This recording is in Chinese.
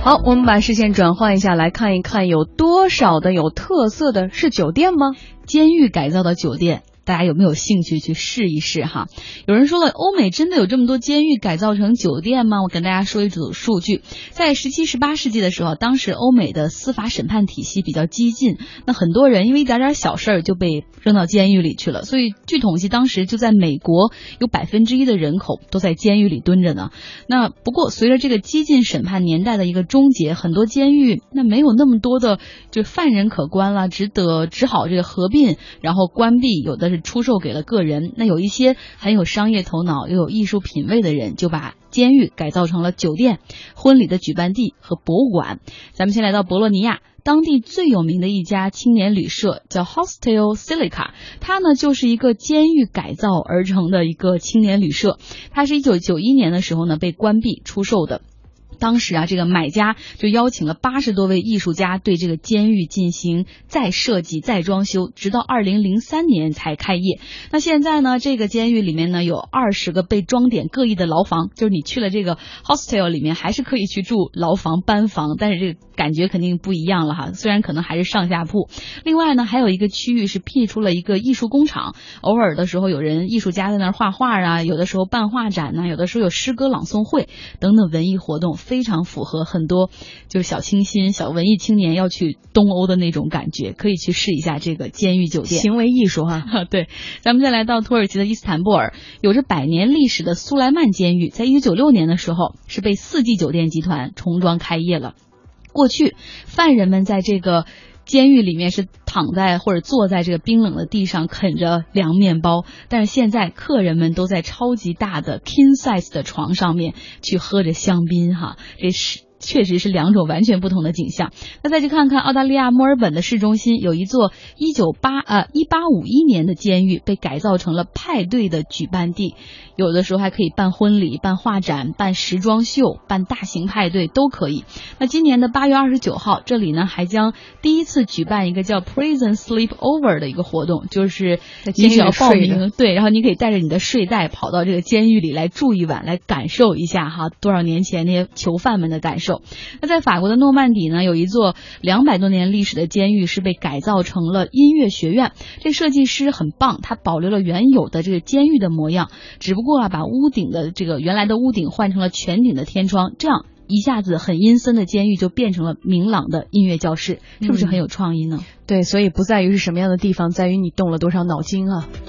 好，我们把视线转换一下，来看一看有多少的有特色的是酒店吗？监狱改造的酒店，大家有没有兴趣去试一试哈？有人说了，欧美真的有这么多监狱改造成酒店吗？我跟大家说一组数据，在17、18世纪的时候，当时欧美的司法审判体系比较激进，那很多人因为一点点小事儿就被扔到监狱里去了，所以据统计，当时就在美国有1%的人口都在监狱里蹲着呢。那不过随着这个激进审判年代的一个终结，很多监狱那没有那么多的就犯人可关了，只好这个合并，然后关闭，有的是出售给了个人。那有一些很有商业头脑又有艺术品味的人，就把监狱改造成了酒店、婚礼的举办地和博物馆。咱们先来到博洛尼亚，当地最有名的一家青年旅社叫 Hostel Silica， 它呢就是一个监狱改造而成的一个青年旅社。它是1991年的时候呢被关闭出售的。当时啊，这个买家就邀请了80多位艺术家对这个监狱进行再设计、再装修，直到2003年才开业。那现在呢，这个监狱里面呢有20个被装点各异的牢房，就是你去了这个 hostel 里面还是可以去住牢房、班房，但是这个感觉肯定不一样了哈，虽然可能还是上下铺。另外呢，还有一个区域是辟出了一个艺术工厂，偶尔的时候有人艺术家在那儿画画啊，有的时候办画展啊，有的时候有诗歌朗诵会等等文艺活动，非常符合很多就是小清新、小文艺青年要去东欧的那种感觉，可以去试一下这个监狱酒店， 行为艺术哈。 对，咱们再来到土耳其的伊斯坦布尔，有着100年历史的苏莱曼监狱，在1996年的时候是被4季酒店集团重装开业了。过去犯人们在这个监狱里面是躺在或者坐在这个冰冷的地上啃着凉面包，但是现在客人们都在超级大的 king size 的床上面去喝着香槟哈，这是确实是两种完全不同的景象。那再去看看澳大利亚墨尔本的市中心，有一座1851年的监狱被改造成了派对的举办地，有的时候还可以办婚礼、办画展、办时装秀、办大型派对都可以。那今年的8月29号，这里呢还将第一次举办一个叫 Prison Sleepover 的一个活动，就是你只要报名，对，然后你可以带着你的睡袋跑到这个监狱里来住一晚，来感受一下哈多少年前那些囚犯们的感受。那在法国的诺曼底呢，有一座200多年历史的监狱是被改造成了音乐学院。这设计师很棒，他保留了原有的这个监狱的模样，只不过把屋顶的这个原来的屋顶换成了全顶的天窗，这样一下子很阴森的监狱就变成了明朗的音乐教室，是不是很有创意呢？ 对，所以不在于是什么样的地方，在于你动了多少脑筋啊。